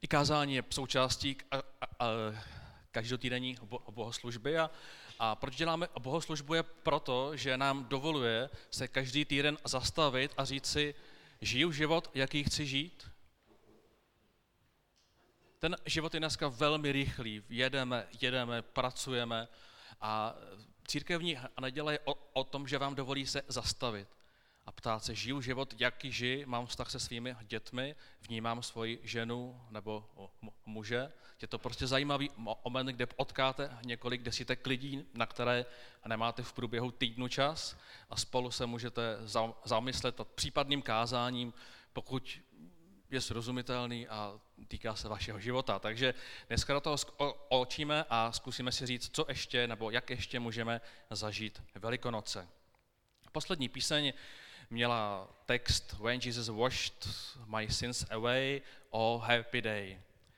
I kázání je součástí každotýdenní bohoslužby a proč děláme bohoslužbu je proto, že nám dovoluje se každý týden zastavit a říct si, žiju život, jaký chci žít? Ten život je dneska velmi rychlý, jedeme, pracujeme a církevní neděle je o tom, že vám dovolí se zastavit a ptát se, žiju život, jaký žiji, mám vztah se svými dětmi, vnímám svoji ženu nebo muže. Je to prostě zajímavý moment, kde potkáte několik desítek lidí, na které nemáte v průběhu týdnu čas a spolu se můžete zamyslet nad případným kázáním, pokud je srozumitelný a týká se vašeho života. Takže dneska do toho očíme a zkusíme si říct, co ještě nebo jak ještě můžeme zažít Velikonoce. Poslední píseň měla text When Jesus washed my sins away, oh happy day.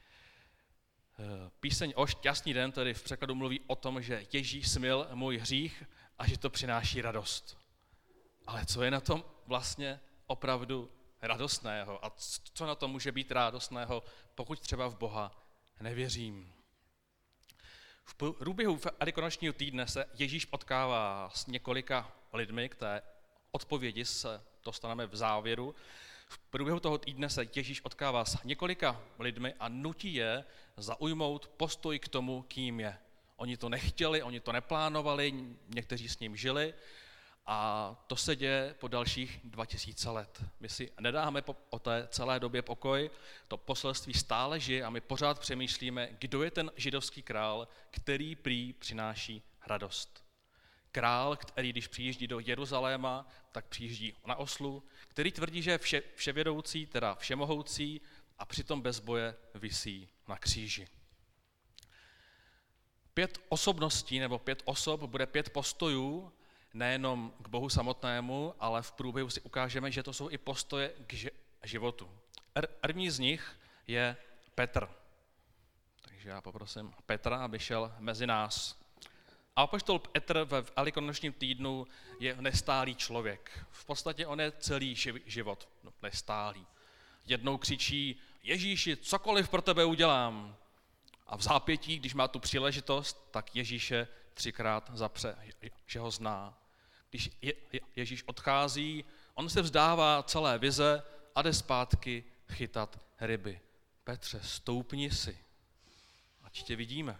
Píseň o šťastný den tedy v překladu mluví o tom, že Ježíš smyl můj hřích a že to přináší radost. Ale co je na tom vlastně opravdu radostného a co na tom může být radostného, pokud třeba v Boha nevěřím? V průběhu velikonočního týdne se Ježíš potkává s několika lidmi, k té odpovědi se dostaneme v závěru. V průběhu toho týdne se Ježíš potkává s několika lidmi a nutí je zaujmout postoj k tomu, kým je. Oni to nechtěli, oni to neplánovali, někteří s ním žili a to se děje po dalších 2000 let. My si nedáme o té celé době pokoj, to poselství stále žije a my pořád přemýšlíme, kdo je ten židovský král, který prý přináší radost. Král, který když přijíždí do Jeruzaléma, tak přijíždí na oslu, který tvrdí, že je vševědoucí, teda všemohoucí a přitom bez boje visí na kříži. 5 osobností nebo 5 osob bude 5 postojů, nejenom k Bohu samotnému, ale v průběhu si ukážeme, že to jsou i postoje k životu. První z nich je Petr. Takže já poprosím Petra, aby šel mezi nás. A apoštol Petr ve velikonočním týdnu je nestálý člověk. V podstatě on je celý život nestálý. Jednou křičí, Ježíši, cokoliv pro tebe udělám. A v zápětí, když má tu příležitost, tak Ježíše 3krát zapře, že ho zná. Když Ježíš odchází, on se vzdává celé vize a jde zpátky chytat ryby. Petře, stoupni si, ať tě vidíme.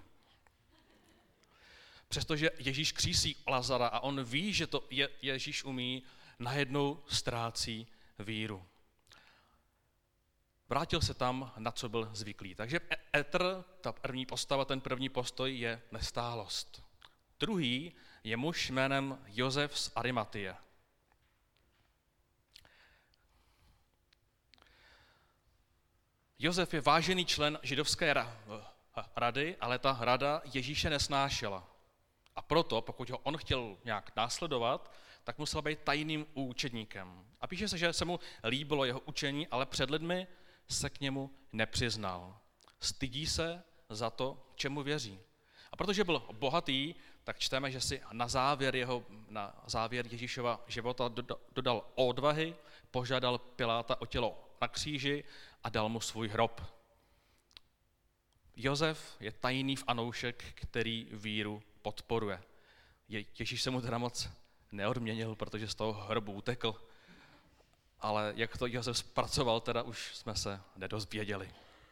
Přestože Ježíš křísí Lazara a on ví, že to Ježíš umí, najednou ztrácí víru. Vrátil se tam, na co byl zvyklý. Takže Petr, ta první postava, ten první postoj je nestálost. Druhý je muž jménem Josef z Arimatie. Josef je vážený člen židovské rady, ale ta rada Ježíše nesnášela. A proto, pokud ho on chtěl nějak následovat, tak musel být tajným učedníkem. A píše se, že se mu líbilo jeho učení, ale před lidmi se k němu nepřiznal. Stydí se za to, čemu věří. A protože byl bohatý, tak čteme, že si na závěr Ježíšova života dodal odvahy, požádal Piláta o tělo na kříži a dal mu svůj hrob. Josef je tajný fanoušek, který víru podporuje. Ježíš se mu teda moc neodměnil, protože z toho hrobu utekl, ale jak to Josef zpracoval, teda už jsme se nedozvěděli.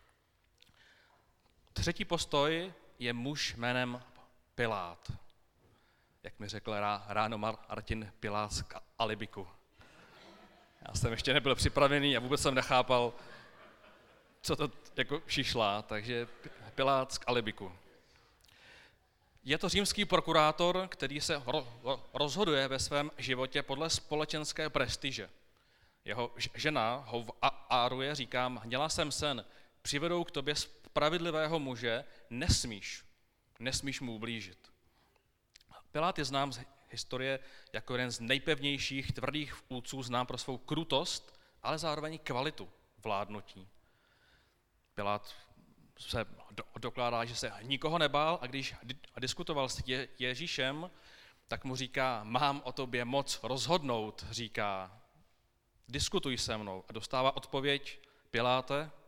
Třetí postoj je muž jménem Pilát. Jak mi řekl ráno Martin, Pilát z alibiku. Já jsem ještě nebyl připravený a vůbec jsem nechápal, co to jako šišlá, takže Pilát z alibiku. Je to římský prokurátor, který se rozhoduje ve svém životě podle společenské prestiže. Jeho žena ho váruje, říká, měla jsem sen, přivedou k tobě spravedlivého muže, nesmíš mu ublížit. Pilát je znám z historie jako jeden z nejpevnějších tvrdých vůdců, znám pro svou krutost, ale zároveň kvalitu vládnutí. Pilát se dokládá, že se nikoho nebál a když diskutoval s Ježíšem, tak mu říká, mám o tobě moc rozhodnout, říká, diskutuj se mnou. A dostává odpověď, Piláte,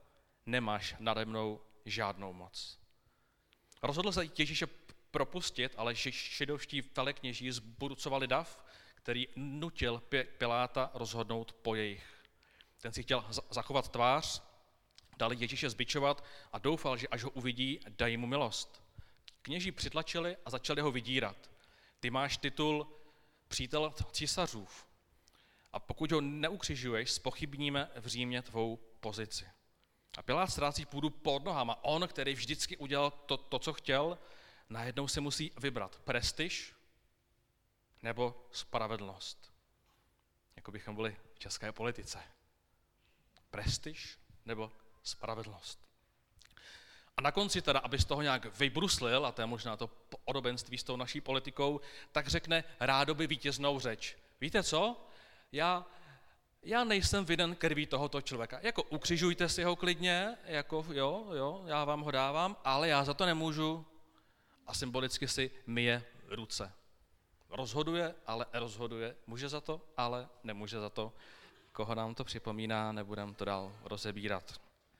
nemáš nade mnou žádnou moc. Rozhodl se Ježíše propustit, ale židovští velekněží zburcovali dav, který nutil Piláta rozhodnout po jejich. Ten si chtěl zachovat tvář, dali Ježíše zbičovat a doufal, že až ho uvidí, dají mu milost. Kněží přitlačili a začali ho vydírat. Ty máš titul přítel císařův. A pokud ho neukřižuješ, zpochybníme v Římě tvou pozici. A Pilát ztrácí půdu pod nohama. On, který vždycky udělal to, co chtěl, najednou se musí vybrat prestiž nebo spravedlnost. Jako bychom byli v české politice. Prestiž nebo spravedlnost. A na konci teda, aby z toho nějak vybruslil, a to je možná to podobenství s tou naší politikou, tak řekne rádoby vítěznou řeč. Víte co? Já nejsem vinen krví tohoto člověka. Jako ukřižujte si ho klidně, jako jo, já vám ho dávám, ale já za to nemůžu. A symbolicky si myje ruce. Rozhoduje, ale rozhoduje. Může za to, ale nemůže za to. Koho nám to připomíná, nebudem to dál rozebírat.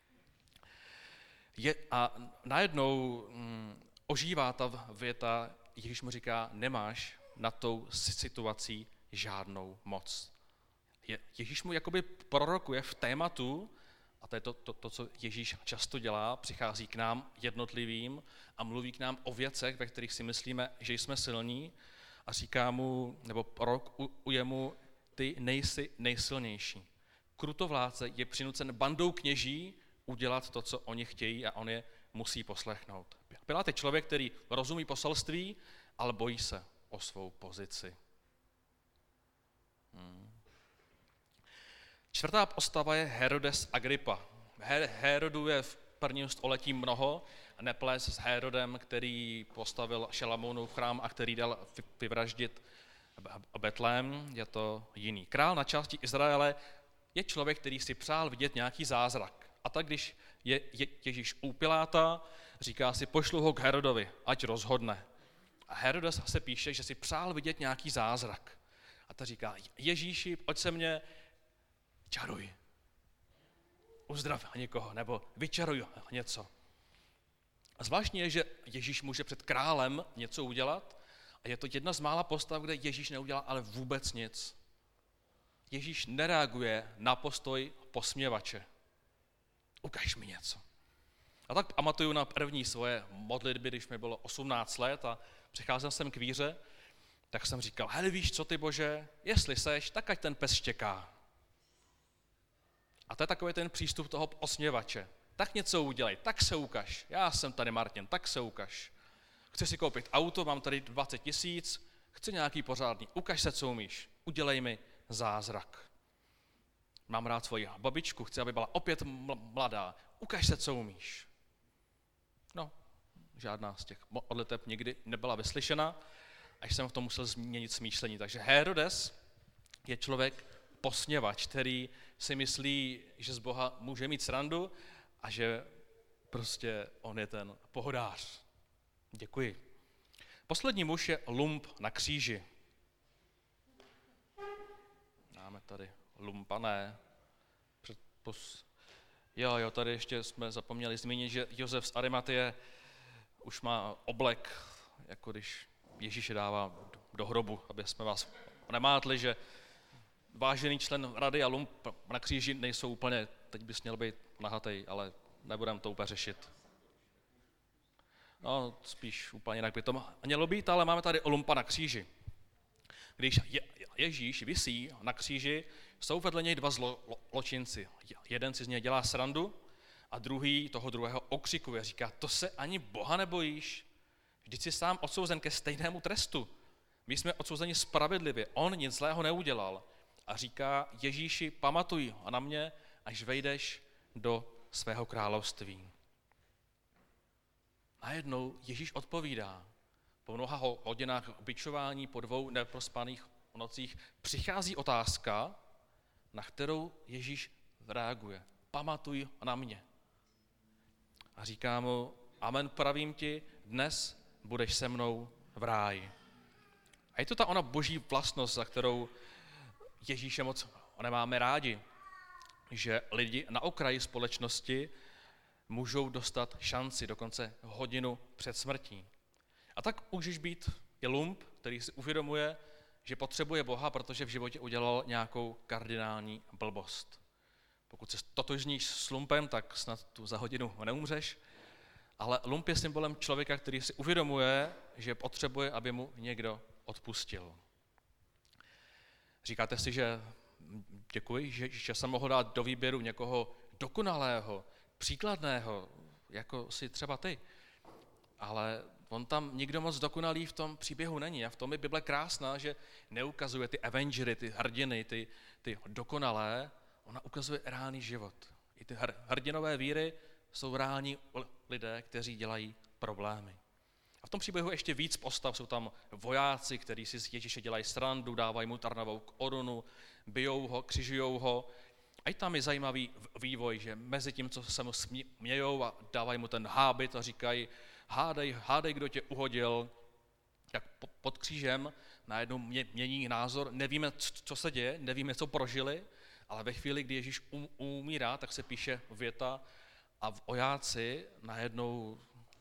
A najednou ožívá ta věta, Ježíš mu říká, nemáš nad tou situací žádnou moc. Ježíš mu jakoby prorokuje v tématu, a to je to, co Ježíš často dělá, přichází k nám jednotlivým a mluví k nám o věcech, ve kterých si myslíme, že jsme silní, a říká mu, nebo prorokuje mu, ty nejsi nejsilnější. Krutovládce je přinucen bandou kněží udělat to, co oni chtějí, a on je musí poslechnout. Pilát je člověk, který rozumí poselství, ale bojí se o svou pozici. Čtvrtá postava je Herodes Agrippa. Herodů je v prvním století mnoho, neples s Herodem, který postavil Šalamounův chrám a který dal vyvraždit Betlém, je to jiný. Král na části Izraele je člověk, který si přál vidět nějaký zázrak. A tak, když je Ježíš u Piláta, říká si, pošlu ho k Herodovi, ať rozhodne. A Herodes se píše, že si přál vidět nějaký zázrak. A ta říká, Ježíši, pojď se mě, čaruj. Uzdrav někoho, nebo vyčaruj něco. A zvláštní je, že Ježíš může před králem něco udělat a je to jedna z mála postav, kde Ježíš neudělá ale vůbec nic. Ježíš nereaguje na postoj posměvače. Ukaž mi něco. A tak pamatuju na první svoje modlitby, když mi bylo 18 let a přicházel jsem k víře, tak jsem říkal, hele víš co ty Bože, jestli seš, tak ať ten pes štěká. A to je takový ten přístup toho posměvače. Tak něco udělej, tak se ukaž. Já jsem tady Martin, tak se ukaž. Chci si koupit auto, mám tady 20 000, chci nějaký pořádný, ukaž se, co umíš, udělej mi zázrak. Mám rád svoji babičku, chci, aby byla opět mladá, ukaž se, co umíš. No, žádná z těch modliteb nikdy nebyla vyslyšena, až jsem v tom musel změnit smýšlení. Takže Herodes je člověk posměvač, který si myslí, že z Boha může mít srandu a že prostě on je ten pohodář. Děkuji. Poslední muž je lump na kříži. Máme tady lumpané. Jo, tady ještě jsme zapomněli zmínit, že Josef z Arimatie už má oblek, jako když Ježíše dává do hrobu, aby jsme vás nemátli, že vážený člen rady a lump na kříži nejsou úplně, teď bys měl být nahatej, ale nebudeme to úplně řešit. No, spíš úplně jinak by to mělo být, ale máme tady lumpa na kříži. Když Ježíš visí na kříži, jsou vedle něj dva zločinci. Jeden si z něj dělá srandu a druhý toho druhého okřikuje. Říká, to se ani Boha nebojíš? Vždyť jsi sám odsouzen ke stejnému trestu. My jsme odsouzeni spravedlivě, on nic zlého neudělal. A říká, Ježíši, pamatuj na mě, až vejdeš do svého království. Najednou Ježíš odpovídá. Po mnoha hodinách bičování, po 2 neprospaných nocích přichází otázka, na kterou Ježíš reaguje. Pamatuj na mě. A říká mu, amen, pravím ti, dnes budeš se mnou v ráji. A je to ta ona boží vlastnost, za kterou Ježíše moc nemáme rádi, že lidi na okraji společnosti můžou dostat šanci, dokonce hodinu před smrtí. A tak můžeš být i lump, který si uvědomuje, že potřebuje Boha, protože v životě udělal nějakou kardinální blbost. Pokud se totožníš s lumpem, tak snad tu za hodinu neumřeš, ale lump je symbolem člověka, který si uvědomuje, že potřebuje, aby mu někdo odpustil. Říkáte si, že děkuji, že jsem mohl dát do výběru někoho dokonalého, příkladného, jako si třeba ty. Ale on tam nikdo moc dokonalý v tom příběhu není. A v tom je Bible krásná, že neukazuje ty avengery, ty hrdiny, ty dokonalé, ona ukazuje reálný život. I ty hrdinové víry jsou reální lidé, kteří dělají problémy. A v tom příběhu ještě víc postav, jsou tam vojáci, kteří si z Ježíše dělají srandu, dávají mu trnovou korunu, bijou ho, křižujou ho. A i tam je zajímavý vývoj, že mezi tím, co se mu smějou a dávají mu ten hábit a říkají, hádej, kdo tě uhodil, tak pod křížem najednou mění názor, nevíme, co se děje, nevíme, co prožili, ale ve chvíli, kdy Ježíš umírá, tak se píše věta a vojáci najednou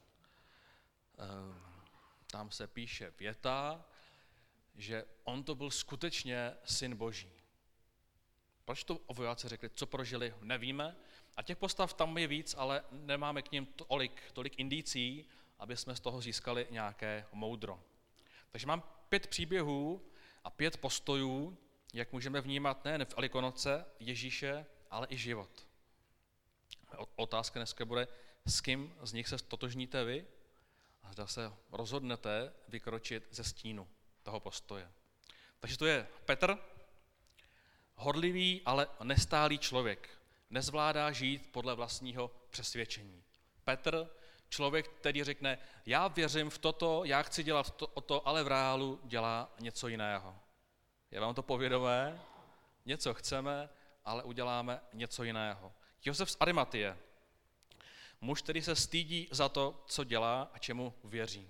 tam se píše věta, že on to byl skutečně syn Boží. Proč to vojáci řekli, co prožili, nevíme. A těch postav tam je víc, ale nemáme k nim tolik indicí, aby jsme z toho získali nějaké moudro. Takže mám 5 příběhů a 5 postojů, jak můžeme vnímat nejen v Velikonoce Ježíše, ale i život. Otázka dneska bude, s kým z nich se totožníte vy a zda se rozhodnete vykročit ze stínu toho postoje. Takže to je Petr, horlivý, ale nestálý člověk. Nezvládá žít podle vlastního přesvědčení. Petr, člověk, který řekne, já věřím v toto, já chci dělat to, ale v reálu dělá něco jiného. Je vám to povědomé? Něco chceme, ale uděláme něco jiného. Josef z Arimatie. Muž, který se stydí za to, co dělá a čemu věří.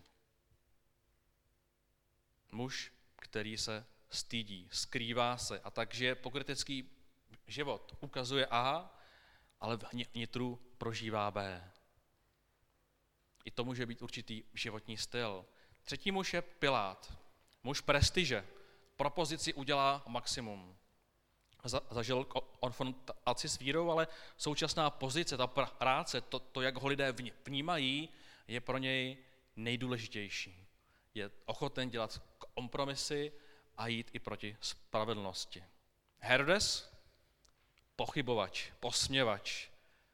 Muž, který se stydí, skrývá se a tak žije pokrytecký život. Ukazuje A, ale v nitru prožívá B. I to může být určitý životní styl. Třetí muž je Pilát. Muž prestiže. Pro pozici udělá maximum. Zažil konfrontaci s vírou, ale současná pozice, ta práce, to, jak ho lidé vnímají, je pro něj nejdůležitější. Je ochoten dělat kompromisy a jít i proti spravedlnosti. Herodes, pochybovač, posměvač.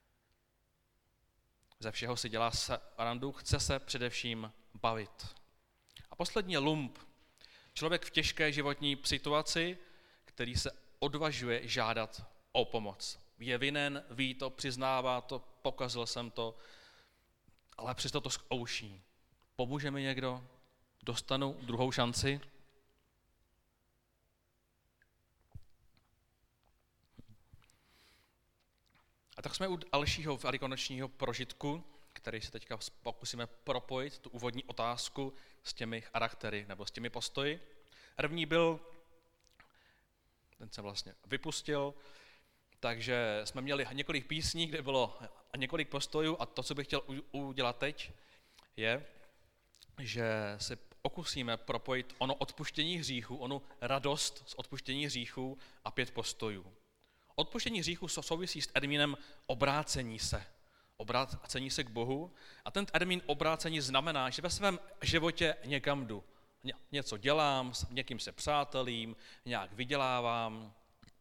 Ze všeho si dělá srandu, chce se především bavit. A poslední je lump. Člověk v těžké životní situaci, který se odvažuje žádat o pomoc. Je vinen, ví to, přiznává to, pokazil jsem to, ale přesto to zkouší. Pomůže mi někdo? Dostanu druhou šanci? A tak jsme u dalšího velikonočního prožitku, který se teďka pokusíme propojit, tu úvodní otázku s těmi charaktery nebo s těmi postoji. První byl, ten se vlastně vypustil, takže jsme měli několik písní, kde bylo několik postojů a to, co bych chtěl udělat teď, je, že se pokusíme propojit ono odpuštění hříchů, onu radost z odpuštění hříchů a 5 postojů. Odpuštění hříchů souvisí s termínem obrácení se k Bohu. A ten termín obrácení znamená, že ve svém životě někam jdu. Něco dělám, s někým se přátelím, nějak vydělávám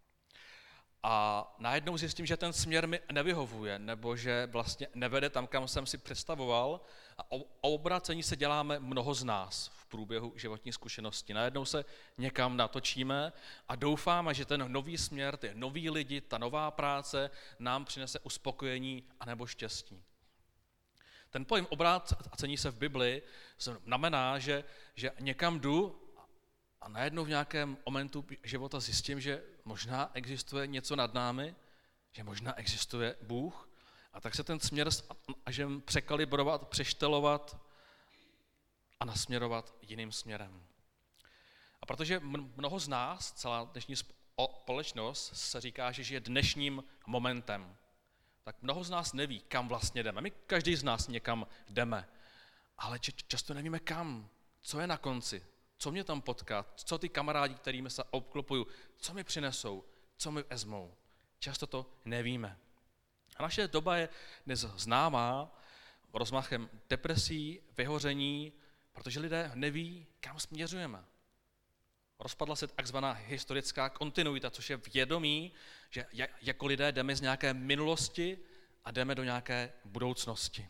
a najednou zjistím, že ten směr mi nevyhovuje, nebo že vlastně nevede tam, kam jsem si představoval. A o obrácení se děláme mnoho z nás v průběhu životní zkušenosti. Najednou se někam natočíme a doufáme, že ten nový směr, ty noví lidi, ta nová práce nám přinese uspokojení anebo štěstí. Ten pojem obrácení se v Bibli znamená, že někam jdu a najednou v nějakém momentu života zjistím, že možná existuje něco nad námi, že možná existuje Bůh, a tak se ten směr snažím překalibrovat, přeštelovat a nasměrovat jiným směrem. A protože mnoho z nás, celá dnešní společnost, se říká, že žije dnešním momentem. tak mnoho z nás neví, kam vlastně jdeme. My každý z nás někam jdeme, ale často nevíme kam, co je na konci, co mě tam potká, co ty kamarádi, kterými se obklopuju, co mi přinesou, co mi vezmou. Často to nevíme. A naše doba je dnes známá rozmachem depresí, vyhoření, protože lidé neví, kam směřujeme. Rozpadla se takzvaná historická kontinuita, což je vědomí, že jako lidé jdeme z nějaké minulosti a jdeme do nějaké budoucnosti.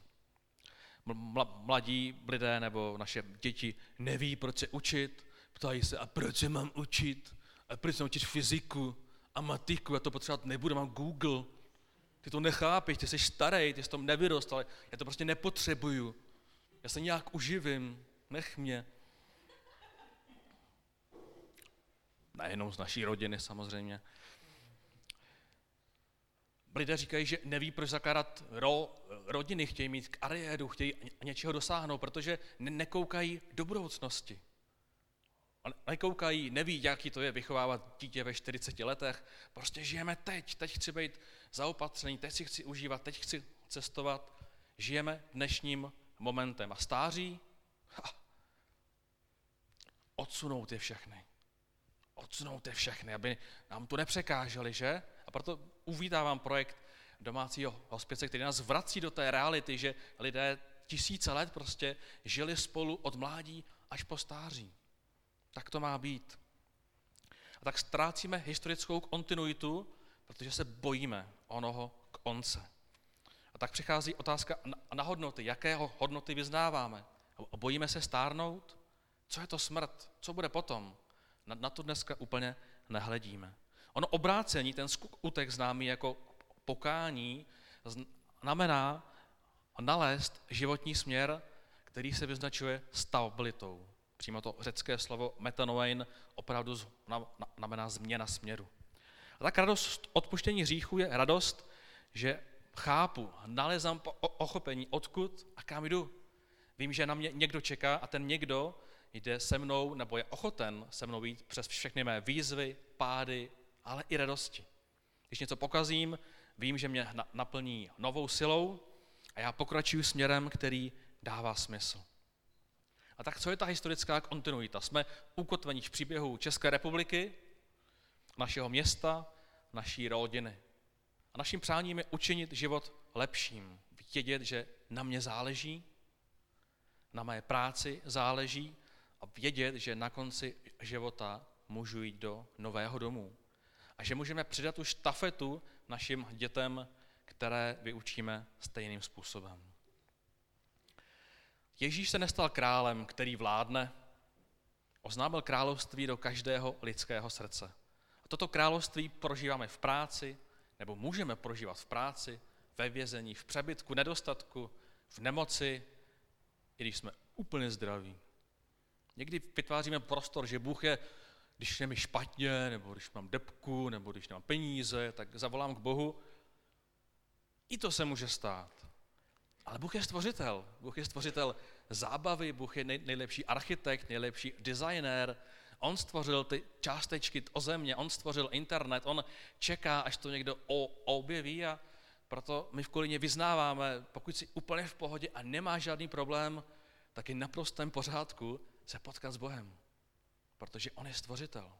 Mladí lidé nebo naše děti neví, proč se učit, ptají se, a proč se mám učit, a proč se mám učit fyziku a matiku, já to potřebovat nebudu, mám Google. Ty to nechápeš, ty jsi starý, ty jsi tom nevyrost, ale já to prostě nepotřebuju. Já se nějak uživím, nech mě. Nejenom z naší rodiny samozřejmě. Lidé říkají, že neví, proč zakládat rodiny, chtějí mít kariéru, chtějí něčeho dosáhnout, protože nekoukají do budoucnosti. Nekoukají, neví, jaký to je vychovávat dítě ve 40 letech. Prostě žijeme teď chci být zaopatřený, teď si chci užívat, teď chci cestovat. Žijeme dnešním momentem. A stáří? Odsunout je všechny, aby nám to nepřekáželi, že? A proto uvítávám projekt domácího hospice, který nás vrací do té reality, že lidé tisíce let prostě žili spolu od mládí až po stáří. Tak to má být. A tak ztrácíme historickou kontinuitu, protože se bojíme onoho konce. A tak přichází otázka na hodnoty. Jaké hodnoty vyznáváme? Bojíme se stárnout? Co je to smrt? Co bude potom? Na to dneska úplně nehledíme. Ono obrácení, ten skutek známý jako pokání, znamená nalézt životní směr, který se vyznačuje stabilitou. Přímo to řecké slovo metanoein opravdu znamená změna směru. A tak radost odpuštění hříchů je radost, že chápu, nalezám pochopení, odkud a kam jdu. Vím, že na mě někdo čeká a ten někdo jde se mnou, nebo je ochoten se mnou jít přes všechny mé výzvy, pády, ale i radosti. Když něco pokazím, vím, že mě naplní novou silou a já pokračuju směrem, který dává smysl. A tak co je ta historická kontinuita? Jsme ukotveni v příběhu České republiky, našeho města, naší rodiny. A naším přáním je učinit život lepším. Vědět, že na mě záleží, na mé práci záleží a vědět, že na konci života můžu jít do nového domu. A že můžeme předat tu štafetu našim dětem, které vyučíme stejným způsobem. Ježíš se nestal králem, který vládne, oznámil království do každého lidského srdce. A toto království prožíváme v práci, nebo můžeme prožívat v práci, ve vězení, v přebytku, nedostatku, v nemoci, i když jsme úplně zdraví. Někdy vytváříme prostor, že Bůh je, když je mi špatně, nebo když mám depku, nebo když nemám peníze, tak zavolám k Bohu. I to se může stát. Ale Bůh je stvořitel. Bůh je stvořitel zábavy, Bůh je nejlepší architekt, nejlepší designér. On stvořil ty částečky o země, on stvořil internet, on čeká, až to někdo objeví a proto my v Kolíně vyznáváme, pokud jsi úplně v pohodě a nemáš žádný problém, tak je naprostém pořádku se potkat s Bohem. Protože on je stvořitel.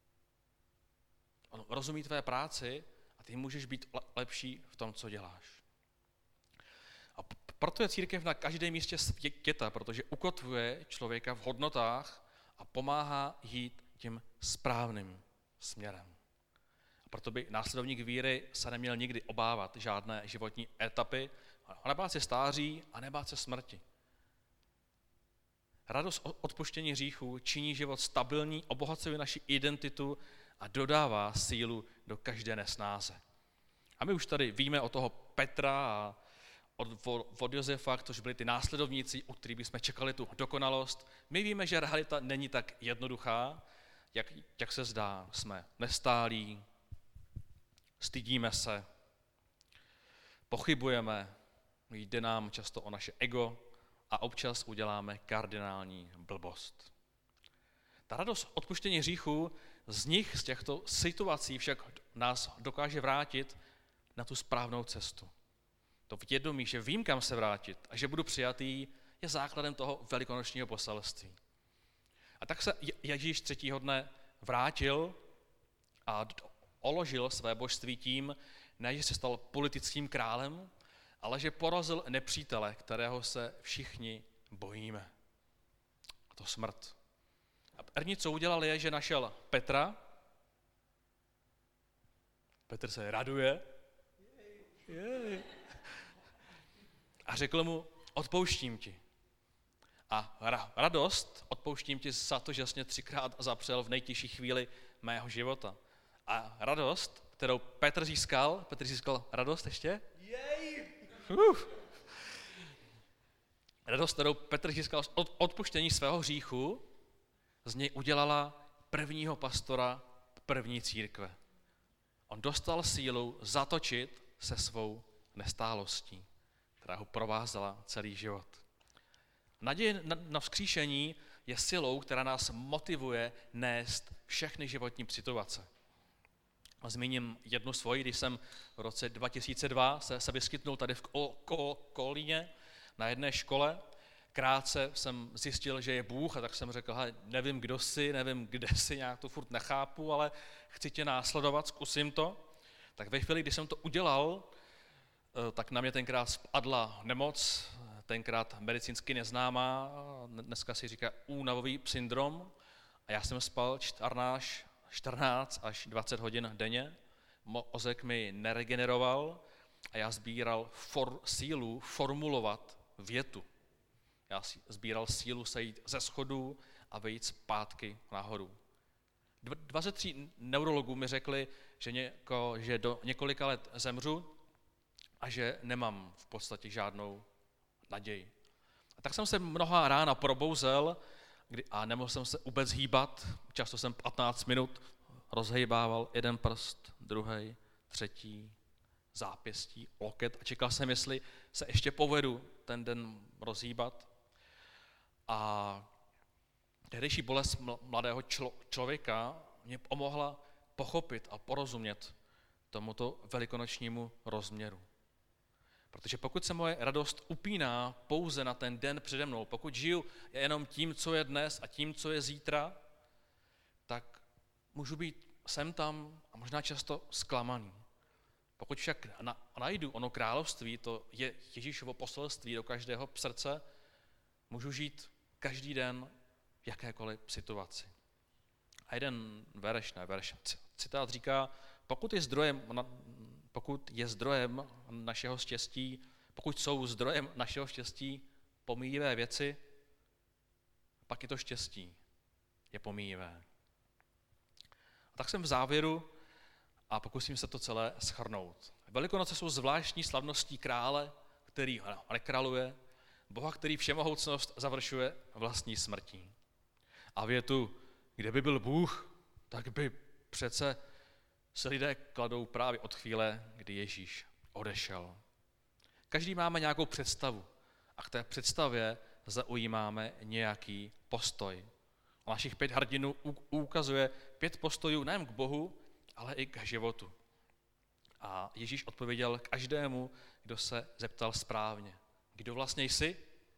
On rozumí tvé práci a ty můžeš být lepší v tom, co děláš. A proto je církev na každém místě světa, protože ukotvuje člověka v hodnotách a pomáhá jít tím správným směrem. A proto by následovník víry se neměl nikdy obávat žádné životní etapy, a nebát se stáří a nebát se smrti. Radost odpuštění hříchů činí život stabilní, obohacuje naši identitu a dodává sílu do každé nesnáze. A my už tady víme o toho Petra a od Josefa, což byli ty následovníci, u kterých bychom čekali tu dokonalost. My víme, že realita není tak jednoduchá, jak se zdá. Jsme nestálí, stydíme se, pochybujeme, jde nám často o naše ego a občas uděláme kardinální blbost. Ta radost odpuštění hříchů z těchto situací však nás dokáže vrátit na tu správnou cestu. To vědomí, že vím, kam se vrátit a že budu přijatý, je základem toho velikonočního poselství. A tak se Ježíš třetího dne vrátil a oložil své božství tím, ne, že se stal politickým králem, ale že porazil nepřítele, kterého se všichni bojíme. A to smrt. A první, co udělal, je, že našel Petra. Petr se raduje. Jej. A řekl mu, odpouštím ti. A radost, odpouštím ti za to, že jsi mě 3krát zapřel v nejtěžší chvíli mého života. A radost, kterou Petr získal radost ještě? Radost, kterou Petr získal od odpuštění svého hříchu, z něj udělala prvního pastora první církve. On dostal sílu zatočit se svou nestálostí, která ho provázela celý život. Naděje na vzkříšení je silou, která nás motivuje nést všechny životní situace. Zmíním jednu svoji, když jsem v roce 2002 se vyskytnul tady v Kolíně na jedné škole. Krátce jsem zjistil, že je Bůh, a tak jsem řekl, nevím, kdo jsi, nevím, kde jsi, nějak to furt nechápu, ale chci tě následovat, zkusím to. Tak ve chvíli, kdy jsem to udělal, tak na mě tenkrát spadla nemoc, tenkrát medicínsky neznámá, dneska si říká únavový syndrom, a já jsem spal 14 až 20 hodin denně, mozek mi neregeneroval a já sbíral sílu formulovat větu. Já sbíral sílu sejít ze schodů a vejít zpátky nahoru. 23 neurologů mi řekli, že do několika let zemřu a že nemám v podstatě žádnou naději. A tak jsem se mnoha rána probouzel a nemohl jsem se vůbec hýbat. Často jsem 15 minut rozhejbával jeden prst, druhý, třetí, zápěstí, loket a čekal jsem, jestli se ještě povedu ten den rozhýbat. A tehdejší bolest mladého člověka mě pomohla pochopit a porozumět tomuto velikonočnímu rozměru. Protože pokud se moje radost upíná pouze na ten den přede mnou, pokud žiju jenom tím, co je dnes a tím, co je zítra, tak můžu být sem tam a možná často zklamaný. Pokud však najdu ono království, to je Ježíšovo poselství do každého srdce, můžu žít každý den v jakékoliv situaci. A jeden citát říká, pokud je zdrojem našeho štěstí, pokud jsou zdrojem našeho štěstí pomíjivé věci, pak i to štěstí je pomíjivé. A tak jsem v závěru a pokusím se to celé shrnout. Velikonoce jsou zvláštní slavností krále, který nekráluje, Boha, který všemohoucnost završuje vlastní smrtí. A větu, kde by byl Bůh, tak by přece se lidé kladou právě od chvíle, kdy Ježíš odešel. Každý máme nějakou představu a k té představě zaujímáme nějaký postoj. A našich 5 hrdinů ukazuje 5 postojů nejen k Bohu, ale i k životu. A Ježíš odpověděl každému, kdo se zeptal správně. Kdo vlastně jsi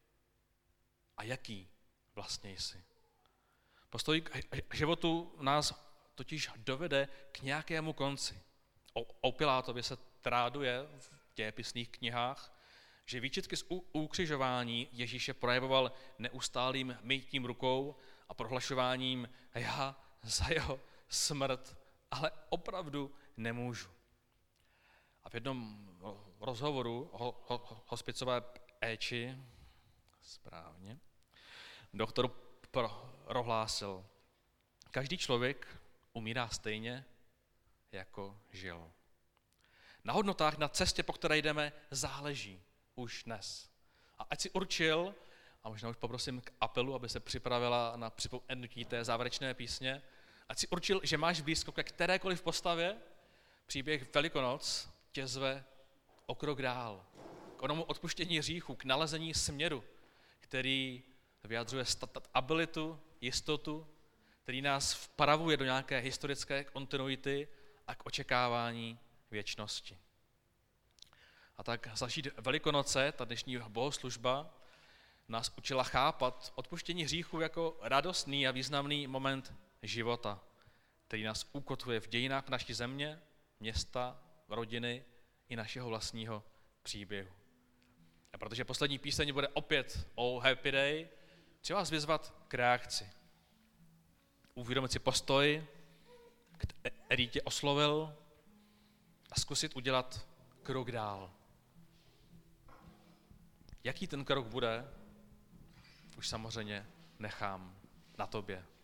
a jaký vlastně jsi. Postoj k životu nás totiž dovede k nějakému konci. O Pilátovi se tráduje v dějepisných knihách, že výčitky z ukřižování Ježíše projevoval neustálým myjtím rukou a prohlašováním já za jeho smrt, ale opravdu nemůžu. A v jednom rozhovoru hospicové péči, správně, doktor prohlásil, každý člověk umírá stejně, jako žil. Na hodnotách, na cestě, po které jdeme, záleží už dnes. A ať si určil, a možná už poprosím k apelu, aby se připravila na připomenutí té závěrečné písně, ať si určil, že máš blízko ke kterékoliv postavě, příběh Velikonoc tě zve o krok dál. K onomu odpuštění hříchu, k nalezení směru, který vyjadřuje stabilitu, jistotu, který nás vpravuje do nějaké historické kontinuity a k očekávání věčnosti. A tak zažít Velikonoce, ta dnešní bohoslužba, nás učila chápat odpuštění hříchů jako radostný a významný moment života, který nás ukotvuje v dějinách naší země, města, rodiny i našeho vlastního příběhu. A protože poslední píseň bude opět o Happy Day, chci vás vyzvat k reakci. Uvědomit si postoj, který tě oslovil, a zkusit udělat krok dál. Jaký ten krok bude, už samozřejmě nechám na tobě.